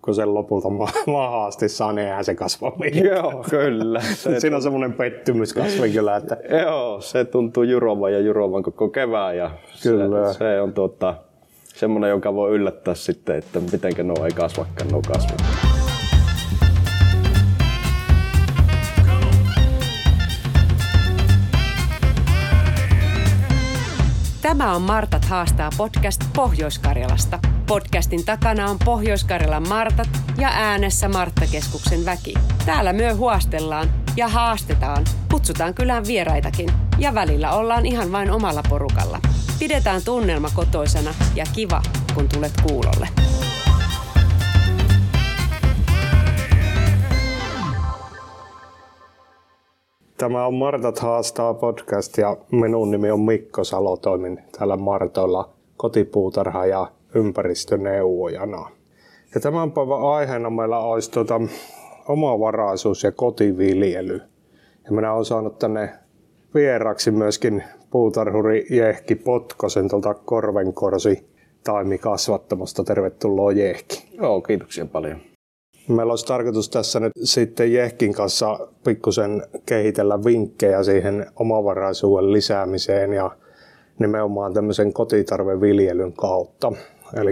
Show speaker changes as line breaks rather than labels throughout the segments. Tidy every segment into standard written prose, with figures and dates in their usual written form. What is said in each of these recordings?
kun sen lopulta mahaasti saa, niin eihän se kasva mitään.
Joo, kyllä.
Siinä on semmoinen pettymyskasvi kyllä. Että...
Joo, se tuntuu jurovan koko kevään ja se on semmoinen, joka voi yllättää sitten, että mitenkä nuo ei kasvakaan nuo kasvit.
Tämä on Martat haastaa podcast Pohjois-Karjalasta. Podcastin takana on Pohjois-Karjalan Martat ja äänessä Marttakeskuksen väki. Täällä myö huostellaan ja haastetaan, kutsutaan kylään vieraitakin ja välillä ollaan ihan vain omalla porukalla. Pidetään tunnelma kotoisana ja kiva, kun tulet kuulolle.
Tämä on Martat haastaa podcast ja minun nimi on Mikko Salo. Toimin täällä Martoilla kotipuutarha- ja ympäristöneuvojana. Ja tämän päivän aiheena meillä olisi omavaraisuus ja kotiviljely. Ja minä olen saanut tänne vieraksi myöskin puutarhuri Jehki Potkosen tuolta Korvenkorsi taimikasvattamosta. Tervetuloa Jehki.
Joo, kiitoksia paljon.
Meillä olisi tarkoitus tässä nyt sitten Jehkin kanssa pikkusen kehitellä vinkkejä siihen omavaraisuuden lisäämiseen ja nimenomaan tämmöisen kotitarveviljelyn kautta. Eli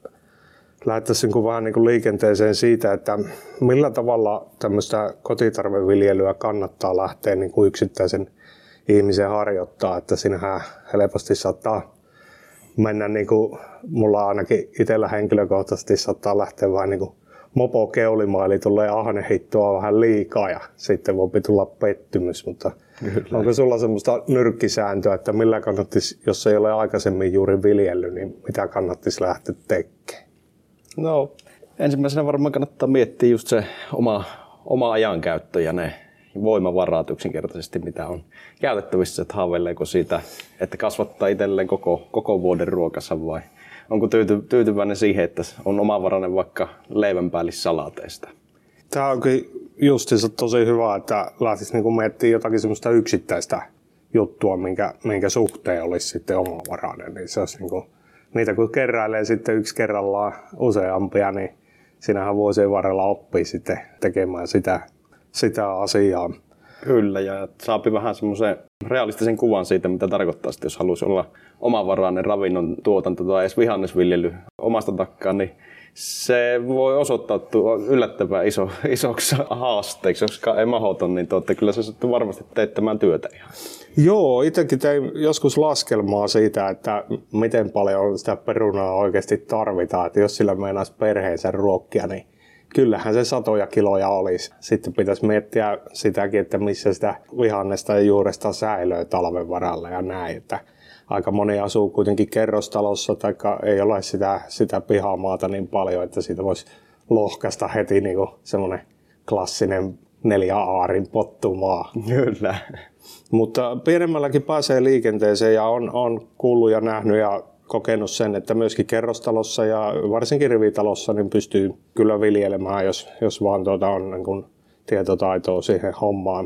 lähdettäisiin vähän niin kuin liikenteeseen siitä, että millä tavalla tämmöistä kotitarveviljelyä kannattaa lähteä niin kuin yksittäisen ihmisen harjoittaa, että siinähän helposti saattaa mennä niin kuin mulla ainakin itsellä henkilökohtaisesti saattaa lähteä vähän niin kuin mopo keulimaan, eli tulee ahnehittua vähän liikaa ja sitten voi tulla pettymys, mutta kyllä. Onko sulla semmoista nyrkkisääntöä, että millä kannattaisi, jos ei ole aikaisemmin juuri viljellyt, niin mitä kannattaisi lähteä tekemään?
No, ensimmäisenä varmaan kannattaa miettiä just se oma ajankäyttö ja ne voimavarat yksinkertaisesti, mitä on käytettävissä, että haaveileeko siitä, että kasvattaa itselleen koko vuoden ruokansa vai onko tyytyväinen siihen, että on omavarainen vaikka leivänpäällissalaateista?
Tämä onkin justiinsa tosi hyvä, että lähtisi niinku miettimään jotakin semmoista yksittäistä juttua, minkä suhteen olisi sitten omavarainen. Niin se olisi niinku, niitä kun keräilee sitten yksi kerrallaan useampia, niin siinähän vuosien varrella oppii sitten tekemään sitä asiaa.
Kyllä, ja saapi vähän semmoisen realistisen kuvan siitä, mitä tarkoittaa, jos haluaisi olla omavarainen ravinnon tuotanto tai edes vihannesviljely omasta takkaan, niin se voi osoittautua yllättävän isoksi haasteeksi, koska ei mahdoton, niin kyllä se sattuu varmasti teettämään työtä ihan.
Joo, itsekin tein joskus laskelmaa siitä, että miten paljon sitä perunaa oikeasti tarvitaan, että jos sillä meinaisi perheensä ruokkia, niin kyllähän se satoja kiloja olisi. Sitten pitäisi miettiä sitäkin, että missä sitä vihannesta ja juuresta säilöö talven varalle ja näin. Että aika moni asuu kuitenkin kerrostalossa tai ei ole sitä pihamaata niin paljon, että siitä voisi lohkaista heti niin kuin semmoinen klassinen 4 aarin pottumaa.
Kyllä.
Mutta pienemmälläkin pääsee liikenteeseen ja on kuullut ja nähnyt ja kokenut sen, että myöskin kerrostalossa ja varsinkin rivitalossa niin pystyy kyllä viljelemään, jos vaan on niin kuin tietotaitoa siihen hommaan.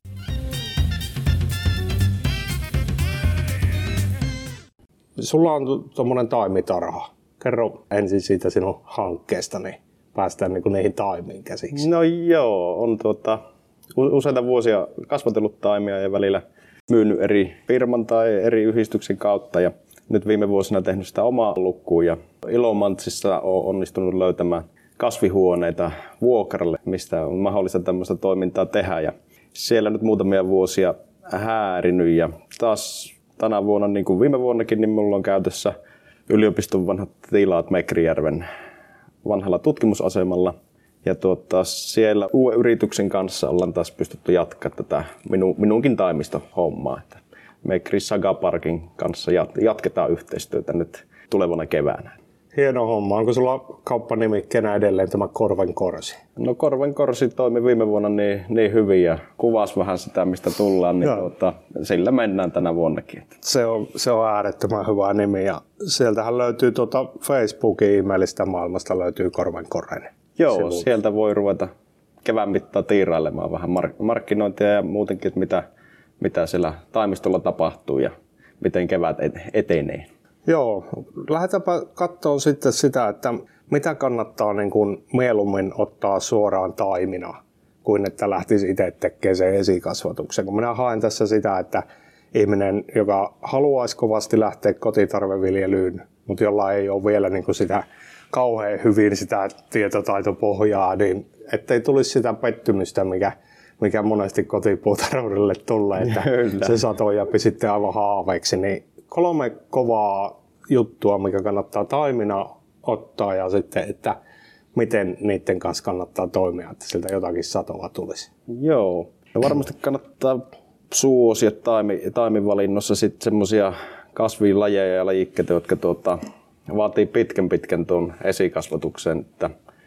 Sulla on tuommoinen taimitarha. Kerro ensin siitä sinun hankkeesta, niin päästään niin kuin niihin taimiin käsiksi.
No joo, on useita vuosia kasvatellut taimia ja välillä myynyt eri firman tai eri yhdistyksen kautta. Ja nyt viime vuosina tehnyt sitä omaa lukkuun ja Ilomantsissa on onnistunut löytämään kasvihuoneita vuokralle, mistä on mahdollista tämmöistä toimintaa tehdä. Ja siellä nyt muutamia vuosia häärinyt ja taas tänä vuonna, niin kuin viime vuonnakin, niin minulla on käytössä yliopiston vanhat tilat Mekrijärven vanhalla tutkimusasemalla. Ja siellä uuden yrityksen kanssa ollaan taas pystytty jatkamaan tätä minunkin taimistohommaa. Mekri Saga Parkin kanssa jatketaan yhteistyötä nyt tulevana keväänä.
Hieno homma. Onko sulla kauppanimikkeenä edelleen tämä Korvenkorsi?
No Korvenkorsi toimi viime vuonna niin hyvin ja kuvasi vähän sitä, mistä tullaan, niin sillä mennään tänä vuonnakin.
Se on äärettömän hyvä nimi ja sieltähän löytyy Facebookin ihmeellistä maailmasta löytyy Korvenkorren.
Joo,
sivut.
Sieltä voi ruveta kevään mittaan tiirailemaan vähän markkinointia ja muutenkin, että mitä siellä taimistolla tapahtuu ja miten kevät etenee.
Joo, lähdetäänpä katsomaan sitten sitä, että mitä kannattaa niin kuin mieluummin ottaa suoraan taimina, kuin että lähtisi itse tekemään sen esikasvatuksen. Kun minä haen tässä sitä, että ihminen, joka haluaisi kovasti lähteä kotitarveviljelyyn, mutta jolla ei ole vielä niin kuin sitä kauhean hyvin sitä tietotaitopohjaa, niin ettei tulisi sitä pettymystä, mikä monesti kotipuutarhuudelle tulee, että se sato jääpi sitten aivan haaveiksi. Niin 3 kovaa juttua, mikä kannattaa taimina ottaa ja sitten, että miten niiden kanssa kannattaa toimia, että siltä jotakin satoa tulisi.
Joo, ja varmasti kannattaa suosia taimivalinnossa sitten semmoisia kasvilajeja ja lajikkeita, jotka vaatii pitkän tuon esikasvatuksen. Että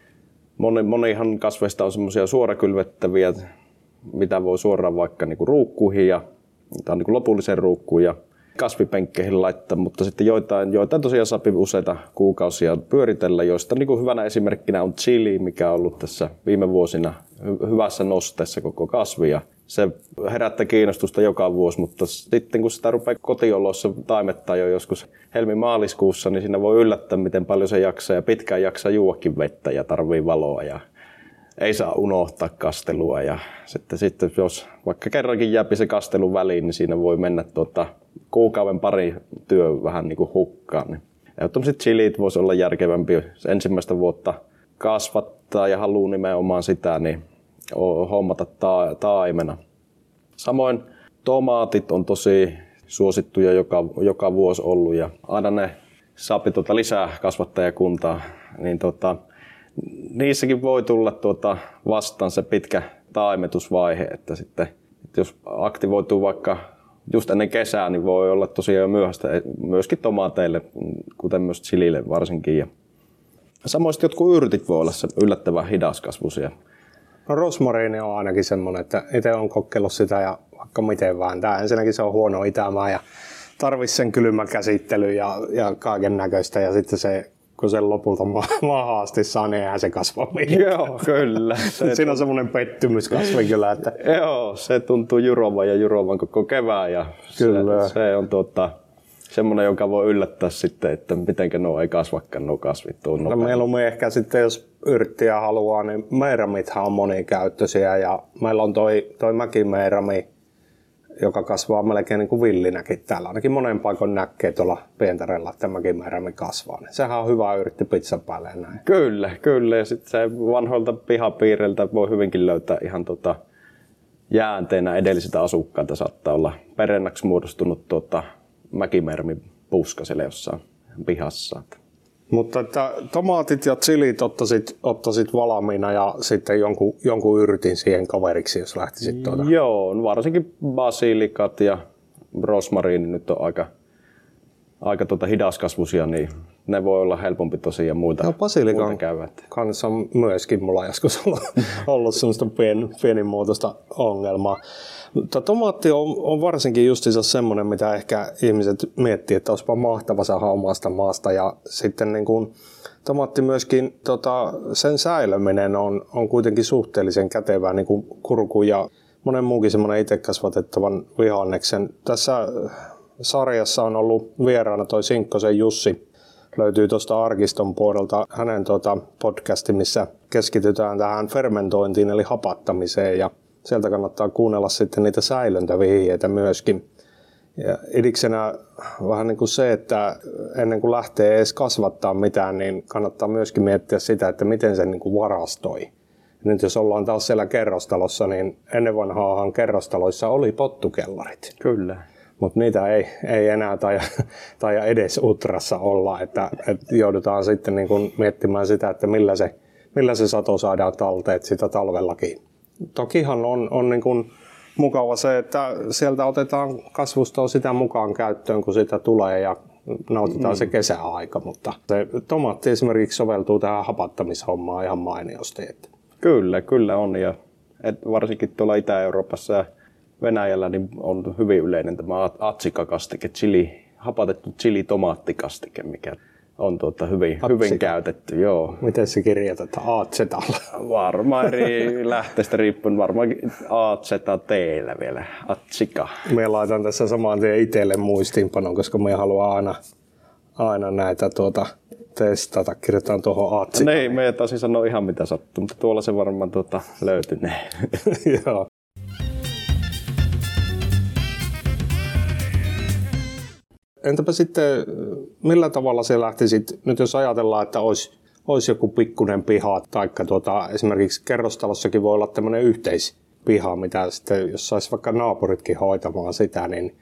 monihan kasveista on semmoisia suorakylvettäviä, mitä voi suoraan vaikka niinku ruukkuihin tai niinku lopulliseen ruukkuun ja kasvipenkkeihin laittaa, mutta sitten joitain tosiaan saa useita kuukausia pyöritellä, joista niin kuin hyvänä esimerkkinä on chili, mikä on ollut tässä viime vuosina hyvässä nosteessa koko kasvia. Se herättää kiinnostusta joka vuosi, mutta sitten kun sitä rupeaa kotiolossa taimettaa jo joskus helmi-maaliskuussa, niin siinä voi yllättää, miten paljon se jaksaa ja pitkään jaksaa juokin vettä ja tarvii valoa ja ei saa unohtaa kastelua. Ja sitten jos vaikka kerrankin jääpi se kastelun väliin, niin siinä voi mennä kuukauden pari työ vähän niin kuin hukkaan. Niin ehdottomasti chilit voisi olla järkevämpi ensimmäistä vuotta kasvattaa ja haluaa nimenomaan sitä, niin hommata taimena. Samoin tomaatit on tosi suosittuja joka vuosi ollut ja aina ne saapi lisää kasvattajakuntaa. Niin niissäkin voi tulla vastaan se pitkä taimetusvaihe, että jos aktivoituu vaikka just ennen kesää, niin voi olla tosiaan myöhäistä myöskin tomaateille, kuten myös chilille varsinkin. Ja samoin jotkut yrtit voi olla yllättävän hidaskasvuisia.
No rosmariini on ainakin semmoinen, että itse olen kokeillut sitä ja vaikka miten vääntää. Ensinnäkin se on huono itämään ja tarvitsisi sen kylmäkäsittelyn ja kaiken näköistä ja sitten se kun sen lopulta maahan asti saa, niin eihän se kasva mihinkään.
Joo, kyllä.
Siinä on semmoinen pettymyskasvi kyllä. Että
joo, se tuntuu jurovan koko kevään ja se on semmoinen, joka voi yllättää sitten, että mitenkä ei kasvakaan nuo kasvit.
No mieluummin ehkä sitten, jos yrttiä haluaa, niin meeramithan on monikäyttöisiä ja meillä on toi mäkimeerami, joka kasvaa melkein niin kuin villinäkin täällä. Ainakin monen paikon näkee tuolla Pientarella, että mäkimeerami kasvaa. Sehän on hyvä yrtti pizzan päälle näin.
Kyllä. Ja sitten se vanhoilta pihapiireiltä voi hyvinkin löytää ihan jäänteenä edellisiltä asukkailta. Saattaa olla perennäksi muodostunut mäkimeerami puska siellä jossain pihassa.
Mutta että tomaatit ja chilit ottaisit valmiina ja sitten jonkun yrtin siihen kaveriksi, jos lähtisit
Joo, varsinkin basilikat ja rosmariini nyt on aika hidaskasvuisia, niin ne voi olla helpompi tosiaan muita käydä.
Kanssa on myöskin mulla joskus ollut semmoista pienimuotoista ongelmaa. Mutta tomaatti on varsinkin justiinsa semmoinen, mitä ehkä ihmiset miettii, että olisipa mahtava saada omasta maasta. Ja sitten niin kun tomaatti myöskin, sen säilöminen on kuitenkin suhteellisen kätevää, niin kuin kurku ja monen muukin semmoinen itse kasvatettavan vihanneksen. Tässä sarjassa on ollut vieraana toi Sinkkosen Jussi. Löytyy tuosta arkiston puolelta hänen podcasti, missä keskitytään tähän fermentointiin eli hapattamiseen ja sieltä kannattaa kuunnella sitten niitä säilöntävihjeitä myöskin. Ja idiksenä vähän niin kuin se, että ennen kuin lähtee edes kasvattaa mitään, niin kannattaa myöskin miettiä sitä, että miten se niin kuin varastoi. Nyt jos ollaan taas siellä kerrostalossa, niin ennen vanhaahan kerrostaloissa oli pottukellarit.
Kyllä.
Mutta niitä ei enää tai edes Utrassa olla, että joudutaan sitten niin kuin miettimään sitä, että millä se sato saadaan talteet sitä talvellakin. Tokihan on niin kuin mukava se, että sieltä otetaan kasvustoa sitä mukaan käyttöön, kun sitä tulee ja nautitaan se kesäaika, mutta se tomaatti esimerkiksi soveltuu tähän hapattamishommaan ihan mainiosti.
Kyllä on ja varsinkin tuolla Itä-Euroopassa ja Venäjällä niin on hyvin yleinen tämä atsikakastike, hapatettu chili-tomaattikastike, mikä on hyvin käytetty. Joo.
Miten se kirjoitetaan? Atsetalla?
Varmaan eri lähteestä riippuen, varmaan atseta teillä vielä, atsika.
Me laitan tässä saman tien itselle muistiinpanon, koska me haluan aina näitä testata. Kirjoitetaan tuohon Aatsi.
Ei, me ei taisin sanoa ihan mitä sattuu, mutta tuolla se varmaan löytynee.
Joo. Entäpä sitten, millä tavalla se lähtisit, nyt jos ajatellaan, että olisi joku pikkuinen piha, tai esimerkiksi kerrostalossakin voi olla tämmöinen yhteispiha, mitä sitten, jos saisi vaikka naapuritkin hoitamaan sitä, niin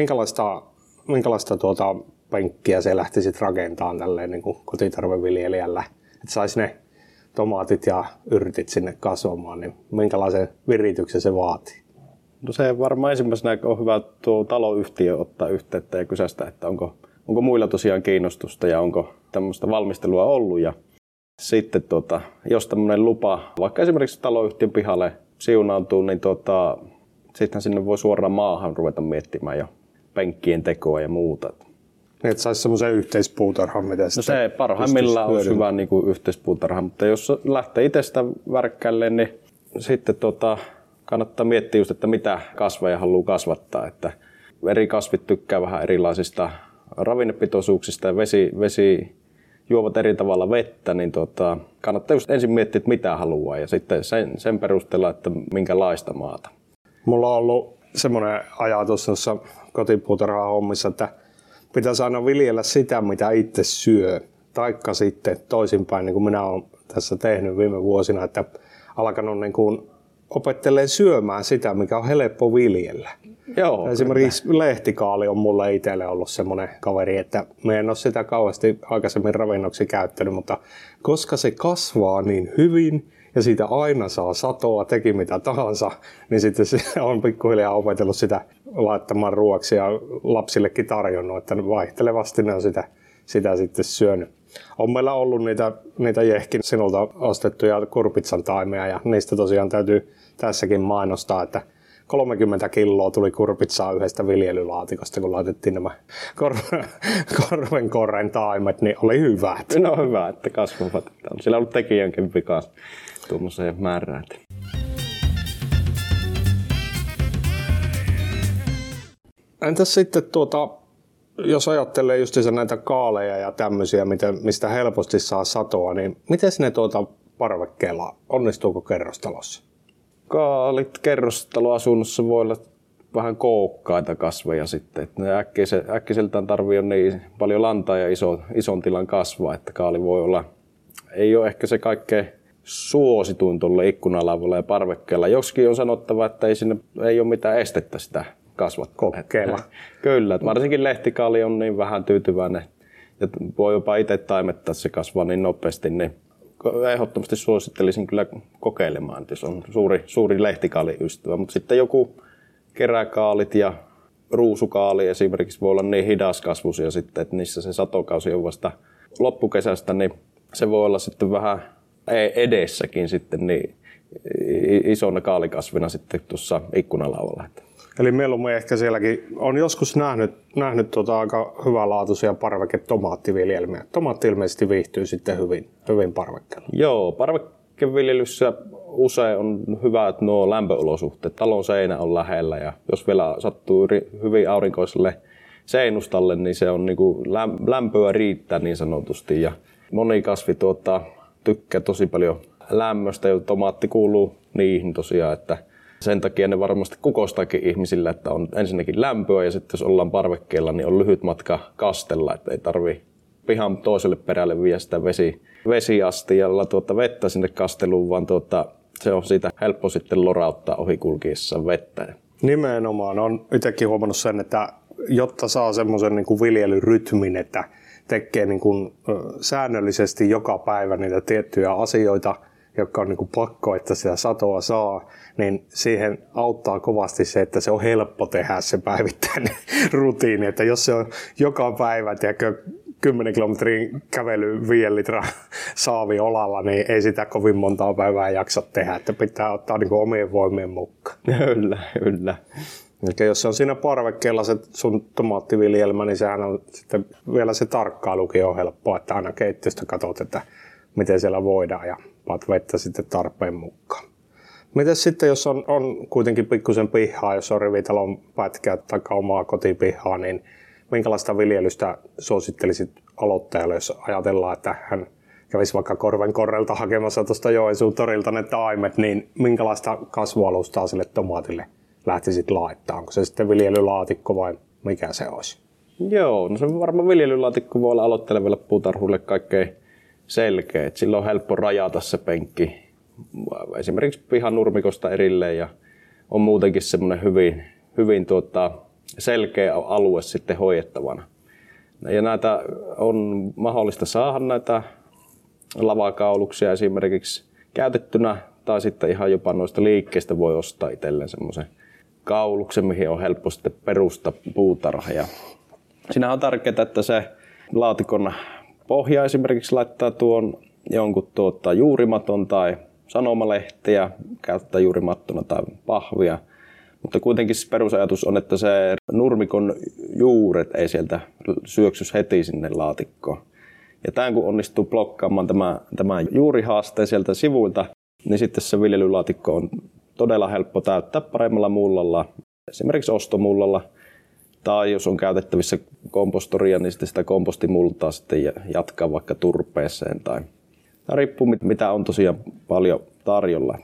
minkälaista penkkiä se lähtisit rakentamaan tälleen niin kuin kotitarveviljelijällä, että saisi ne tomaatit ja yrtit sinne kasvamaan, niin minkälaisen virityksen se vaatii?
No se varmaan ensimmäisenä on hyvä tuo taloyhtiö ottaa yhteyttä ja kysästä, että onko muilla tosiaan kiinnostusta ja onko tämmöistä valmistelua ollut. Ja sitten jos tämmöinen lupa, vaikka esimerkiksi taloyhtiön pihalle siunaantuu, niin sittenhän sinne voi suoraan maahan ruveta miettimään jo penkkien tekoa ja muuta.
Niin, että saisi semmoisen yhteispuutarhan, mitä
no se parhaimmillaan olisi hyvä niin kuin yhteispuutarha, mutta jos lähtee itsestä värkkäille, niin sitten kannattaa miettiä just, että mitä kasveja haluaa kasvattaa. Että eri kasvit tykkää vähän erilaisista ravinnepitoisuuksista ja vesi juovat eri tavalla vettä, niin kannattaa just ensin miettiä, että mitä haluaa ja sitten sen perusteella, että minkälaista maata.
Mulla on ollut semmoinen ajatus noissa kotipuutarhan hommissa, että pitäisi aina viljellä sitä, mitä itse syö. Taikka sitten toisinpäin, niin kuin minä olen tässä tehnyt viime vuosina, että alkanut niin kuin opettelee syömään sitä, mikä on helppo viljellä.
Joo,
esimerkiksi kyllä. Lehtikaali on mulle itselle ollut semmoinen kaveri, että me en ole sitä kauheasti aikaisemmin ravinnoksi käyttänyt, mutta koska se kasvaa niin hyvin ja siitä aina saa satoa, teki mitä tahansa, niin sitten se on pikkuhiljaa opetellut sitä laittamaan ruoaksi ja lapsillekin tarjonnut, että vaihtelevasti ne on sitä sitten syönyt. On meillä ollut niitä Jehkin sinulta ostettuja kurpitsan taimia ja niistä tosiaan täytyy tässäkin mainostaa, että 30 kiloa tuli kurpitsaa yhdestä viljelylaatikosta, kun laitettiin nämä korvenkorren taimet, niin oli hyvät.
No hyvä, että kasvavat. On siellä ollut tekijänkin vikaa tuommoiseen määrään.
Entäs sitten jos ajattelee justiinsa näitä kaaleja ja tämmöisiä, mistä helposti saa satoa, niin miten ne parvekkeella, onnistuuko kerrostalossa?
Kaalit kerrostaloasunnossa voi olla vähän kookkaita kasveja sitten. Että ne äkkiseltään tarvii niin paljon lantaa ja ison tilan kasvaa, että kaali voi olla, ei ole ehkä se kaikkein suosituin tuolle ikkunalauvalle ja parvekkeella. Joskin on sanottava, että ei ole mitään estettä sitä kasvattaa.
Kokeilla.
Kyllä, varsinkin lehtikaali on niin vähän tyytyväinen ja voi jopa itse taimettaa, se kasvaa niin nopeasti, niin ehdottomasti suosittelisin kyllä kokeilemaan, jos on suuri lehtikaaliystävä. Mutta sitten joku keräkaalit ja ruusukaali esimerkiksi voi olla niin hidaskasvuisia sitten, että niissä se satokausi on vasta loppukesästä, niin se voi olla sitten vähän edessäkin sitten niin isona kaalikasvina sitten tuossa ikkunalauvalla.
Eli mieluummin ehkä sielläkin on joskus nähnyt aika hyvälaatuisia parveketomaattiviljelmiä. Tomaatti ilmeisesti viihtyy sitten hyvin parvekkeella.
Joo, parvekkeviljelyssä usein on hyvät nuo lämpöolosuhteet. Talon seinä on lähellä ja jos vielä sattuu hyvin aurinkoiselle seinustalle, niin se on niinku lämpöä riittää niin sanotusti. Ja moni kasvi tykkää tosi paljon lämmöstä ja tomaatti kuuluu niihin tosiaan, että sen takia ne varmasti kukostaakin ihmisillä, että on ensinnäkin lämpöä ja sitten jos ollaan parvekkeella, niin on lyhyt matka kastella, että ei tarvitse pihan toiselle perälle viedä sitä vesiastialla vettä sinne kasteluun, vaan se on siitä helppo sitten lorauttaa ohikulkiessa vettä.
Nimenomaan. Olen itsekin huomannut sen, että jotta saa semmoisen niin kuin viljelyrytmin, että tekee niin kuin säännöllisesti joka päivä niitä tiettyjä asioita, jotka on niin kuin pakko, että sitä satoa saa, niin siihen auttaa kovasti se, että se on helppo tehdä se päivittäinen rutiini. Että jos se on joka päivä, 10 kilometrin kävely 5 litraa saavi olalla, niin ei sitä kovin montaa päivää jaksa tehdä. Että pitää ottaa niin kuin omien voimien mukaan.
Kyllä.
Eli jos se on siinä parvekkeella se sun tomaattiviljelmä, niin sehän on sitten vielä se tarkkailukin on helppoa, että aina keittiöstä katsot, että miten siellä voidaan ja paat vettä sitten tarpeen mukaan. Miten sitten, jos on kuitenkin pikkusen pihaa, jos on rivitalon pätkä tai omaa kotipihaa, niin minkälaista viljelystä suosittelisit aloittajalle, jos ajatellaan, että hän kävisi vaikka Korven Korrelta hakemassa tuosta Joensuun torilta ne taimet, niin minkälaista kasvualustaa sille tomaatille lähtisit laittaa? Onko se sitten viljelylaatikko vai mikä se olisi?
Joo, no se varmaan viljelylaatikko voi olla aloittelevalle puutarhulle kaikkein selkeä. Et silloin on helppo rajata se penkki esimerkiksi pihan nurmikosta erilleen ja on muutenkin semmoinen hyvin selkeä alue sitten hoidettavana. Ja näitä on mahdollista saada näitä lavakauluksia esimerkiksi käytettynä tai sitten ihan jopa noista liikkeistä voi ostaa itselleen semmoisen kauluksen, mihin on helppo sitten perustaa puutarha. Ja siinä on tärkeää, että se laatikon pohja esimerkiksi laittaa tuon jonkun juurimaton tai sanomalehtiä, käyttää juurimattona tai pahvia. Mutta kuitenkin se perusajatus on, että se nurmikon juuret ei sieltä syöksys heti sinne laatikkoon. Ja tämän kun onnistuu blokkaamaan tämä juurihaaste sieltä sivuilta, niin sitten se viljelylaatikko on todella helppo täyttää paremmalla mullalla, esimerkiksi ostomullalla. Tai jos on käytettävissä kompostoria, niin sitten sitä kompostimultaa sitten jatkaa vaikka turpeeseen. Tai riippuu mitä on tosiaan paljon tarjolla.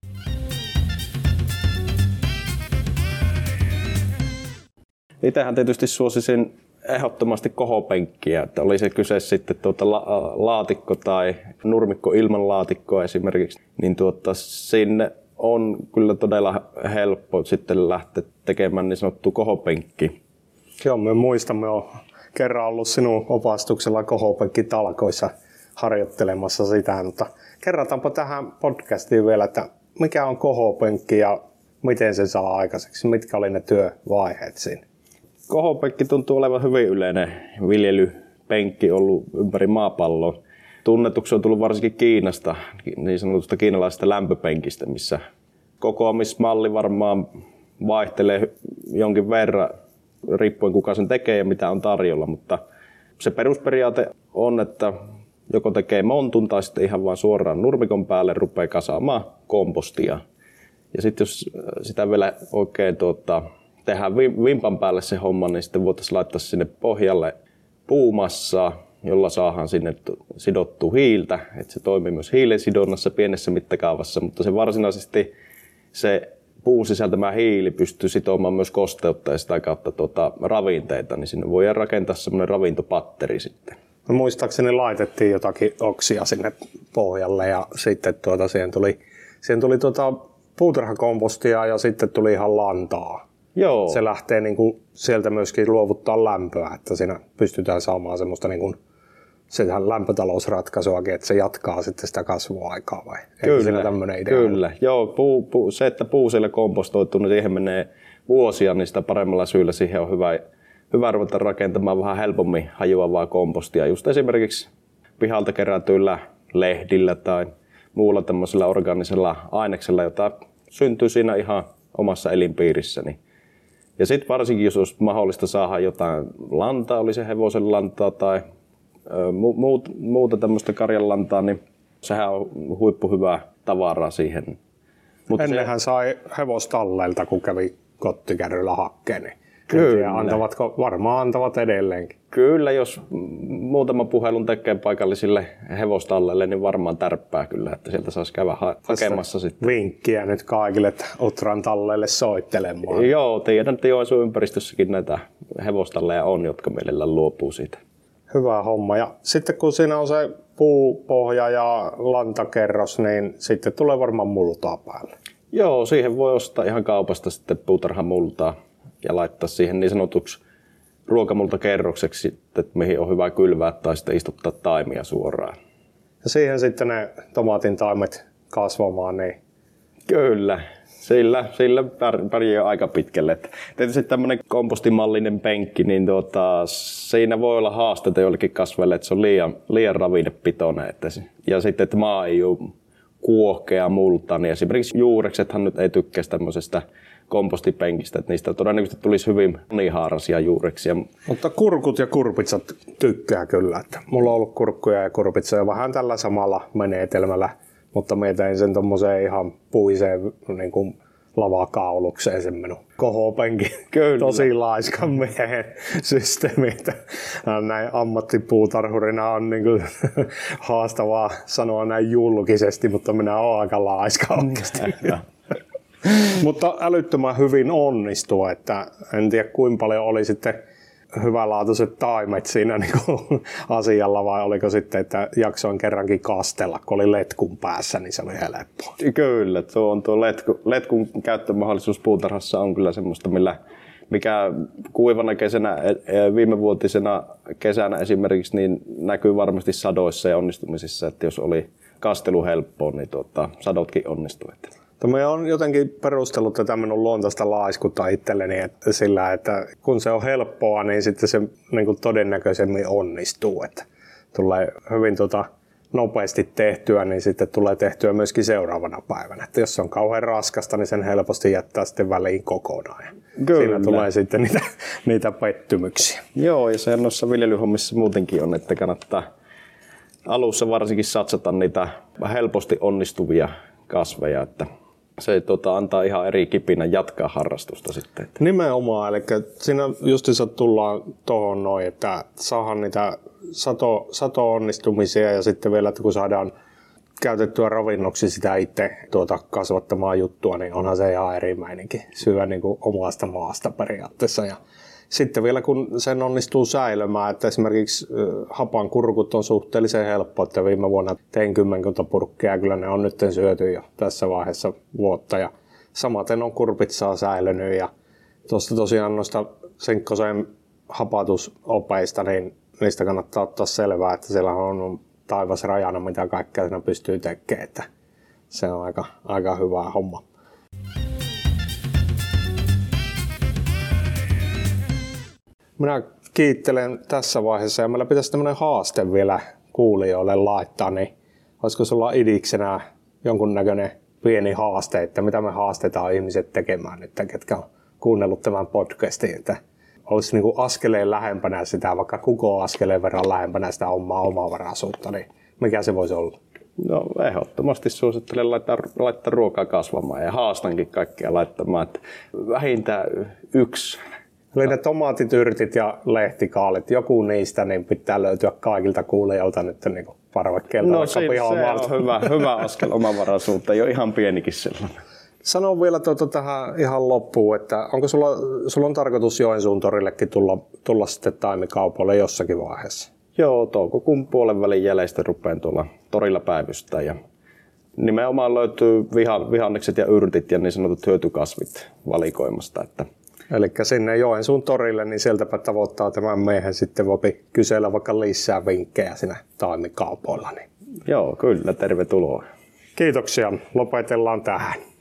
Itsehän tietysti suosisin ehdottomasti kohopenkkiä, että oli se kyse sitten laatikko tai nurmikko ilman laatikkoa esimerkiksi, niin sinne on kyllä todella helppo sitten lähteä tekemään niin sanottu kohopenkki.
Joo, me muistamme, olen kerran ollut sinun opastuksella kohopenkkitalkoissa harjoittelemassa sitä, mutta kerrataanpa tähän podcastiin vielä, että mikä on kohopenkki ja miten se saa aikaiseksi, mitkä oli ne työvaiheet siinä?
Kohopenkki tuntuu olevan hyvin yleinen viljelypenkki ollut ympäri maapalloa. Tunnetuksi on tullut varsinkin Kiinasta, niin sanotusta kiinalaisesta lämpöpenkistä, missä kokoamismalli varmaan vaihtelee jonkin verran riippuen kuka sen tekee ja mitä on tarjolla, mutta se perusperiaate on, että joko tekee montun tai sitten ihan vain suoraan nurmikon päälle rupeaa kasaamaan kompostia. Ja sitten jos sitä vielä oikein tehdään vimpan päälle se homma, niin sitten voitaisiin laittaa sinne pohjalle puumassaa, jolla saadaan sinne sidottua hiiltä. Että se toimii myös hiilen sidonnassa pienessä mittakaavassa, mutta se varsinaisesti se puun sisältämä hiili pystyy sitomaan myös kosteutta ja sitä kautta ravinteita, niin sinne voi rakentaa semmoinen ravintopatteri sitten.
No, muistaakseni laitettiin jotakin oksia sinne pohjalle ja sitten siihen tuli puutarhakompostia ja sitten tuli ihan lantaa.
Joo.
Se lähtee sieltä myöskin luovuttaa lämpöä, että siinä pystytään saamaan semmoista sehän lämpötalousratkaisuakin, että se jatkaa sitten sitä kasvuaikaa vai? Eikö siinä tämmöinen idea?
Kyllä. Joo, se, että puu siellä kompostoituu, niin siihen menee vuosia, niin sitä paremmalla syyllä siihen on hyvä ruveta rakentamaan vähän helpommin hajoavaa kompostia. Just esimerkiksi pihalta kerätyillä lehdillä tai muulla tämmöisellä orgaanisella aineksella, jota syntyy siinä ihan omassa elinpiirissäni. Ja sitten varsinkin, jos olisi mahdollista saada jotain lantaa, oli se hevosen lantaa tai muuta tämmöistä karjanlantaa, niin sehän on huippuhyvää tavaraa siihen.
Mutta ennenhän sai hevostalleilta, kun kävi kottikärryllä hakkeen, niin
kyllä.
Varmaan antavat edelleenkin.
Kyllä, jos muutama puhelun tekee paikallisille hevostalleille, niin varmaan tärppää kyllä, että sieltä saisi käydä hakemassa sitten.
Vinkkiä nyt kaikille, että Utran talleille soittelemaan.
Joo, tiedän, että Joensuun ympäristössäkin näitä hevostalleja on, jotka mielellään luopuu siitä.
Hyvä homma. Ja sitten kun siinä on se puupohja ja lantakerros, niin sitten tulee varmaan multaa päälle.
Joo, siihen voi ostaa ihan kaupasta sitten puutarhamultaa ja laittaa siihen niin sanotuksi ruokamultakerrokseksi, että mihin on hyvä kylvää tai sitten istuttaa taimia suoraan.
Ja siihen sitten ne tomaatin taimet kasvamaan, niin...
Kyllä, sillä pärjää aika pitkälle. Että tietysti tämmöinen kompostimallinen penkki, niin siinä voi olla haasteita joillekin kasveille, että se on liian ravinnepitoinen. Ja sitten, että maa ei ole kuohkea multa, niin esimerkiksi juureksethan nyt ei tykkää tämmöisestä kompostipenkistä, että niistä todennäköisesti tulisi hyvin monihaaraisia juureksia.
Mutta kurkut ja kurpitsat tykkää kyllä. Että mulla on ollut kurkkuja ja kurpitsoja vähän tällä samalla menetelmällä, mutta mä tein sen tommoseen ihan puiseen niin kuin lavakaulukseen sen minun kohopenkin tosi laiskan miehen systeemi. Näin ammattipuutarhurina on niin kuin haastavaa sanoa näin julkisesti, mutta minä olen aika laiska oikeasti. Mutta älyttömän hyvin onnistuu, että en tiedä kuinka paljon oli sitten hyvälaatuiset taimet siinä niin kuin asialla vai oliko sitten, että jaksoin kerrankin kastella, kun oli letkun päässä, niin se oli helppoa.
Kyllä, tuo letkun käyttömahdollisuus puutarhassa on kyllä semmoista, mikä kuivana kesänä, viimevuotisena kesänä esimerkiksi, niin näkyy varmasti sadoissa ja onnistumisissa, että jos oli kastelu helppoa, niin sadotkin onnistuivat.
Me on jotenkin perustellut tätä minun luontaista laiskuutta itselleni että sillä, että kun se on helppoa, niin sitten se niin kuin todennäköisemmin onnistuu. Että tulee hyvin nopeasti tehtyä, niin sitten tulee tehtyä myöskin seuraavana päivänä. Että jos se on kauhean raskasta, niin sen helposti jättää sitten väliin kokonaan. Kyllä. Siinä tulee sitten niitä pettymyksiä.
Joo, ja se noissa viljelyhommissa muutenkin on, että kannattaa alussa varsinkin satsata niitä helposti onnistuvia kasveja, että se antaa ihan eri kipinä jatkaa harrastusta sitten.
Nimenomaan, eli siinä justiinsa tullaan tuohon noin, että saadaan niitä sato-onnistumisia ja sitten vielä, että kun saadaan käytettyä ravinnoksi sitä itse kasvattamaa juttua, niin onhan se ihan eri meininki syödä niin kuin omasta maasta periaatteessa. Ja sitten vielä kun sen onnistuu säilymään, että esimerkiksi hapan kurkut on suhteellisen helppo, että viime vuonna tein 10 purkkia ja kyllä ne on nyt syöty jo tässä vaiheessa vuotta. Ja samaten on kurpitsaa säilynyt ja tuosta tosiaan noista Sinkkosen hapatusopeista, niin niistä kannattaa ottaa selvää, että siellä on taivas rajana, mitä kaikkea siinä pystyy tekemään, että se on aika hyvä homma. Minä kiittelen tässä vaiheessa ja meillä pitäisi tämmöinen haaste vielä kuulijoille laittaa, niin olisiko sulla idiksenä jonkunnäköinen pieni haaste, että mitä me haastetaan ihmiset tekemään nyt, ketkä on kuunnellut tämän podcastin, että olisi niin kuin askeleen lähempänä sitä, vaikka kuko askeleen verran lähempänä sitä omaa omavaraisuutta, niin mikä se voisi olla?
No ehdottomasti suosittelen laittaa ruokaa kasvamaan ja haastankin kaikkia laittamaan, että vähintään yksi.
Eli ne tomaatit, yrtit ja lehtikaalit, joku niistä niin pitää löytyä kaikilta kuulijoilta nyt niin parvekkeelta.
No se on hyvä askel omavaraisuutta, jo ihan pienikin sellainen.
Sano vielä tähän ihan loppuun, että onko sulla on tarkoitus Joensuun torillekin tulla sitten taimikaupoille jossakin vaiheessa?
Joo, toukokuun puolen välin jäljestä rupean tuolla torilla päivystään ja nimenomaan löytyy vihannekset ja yrtit ja niin sanotut hyötykasvit valikoimasta.
Eli sinne Joensuun torille, niin sieltäpä tavoittaa tämän miehen sitten voi kysellä vaikka lisää vinkkejä siinä taimikaupoilla. Niin.
Joo, kyllä, tervetuloa.
Kiitoksia, lopetellaan tähän.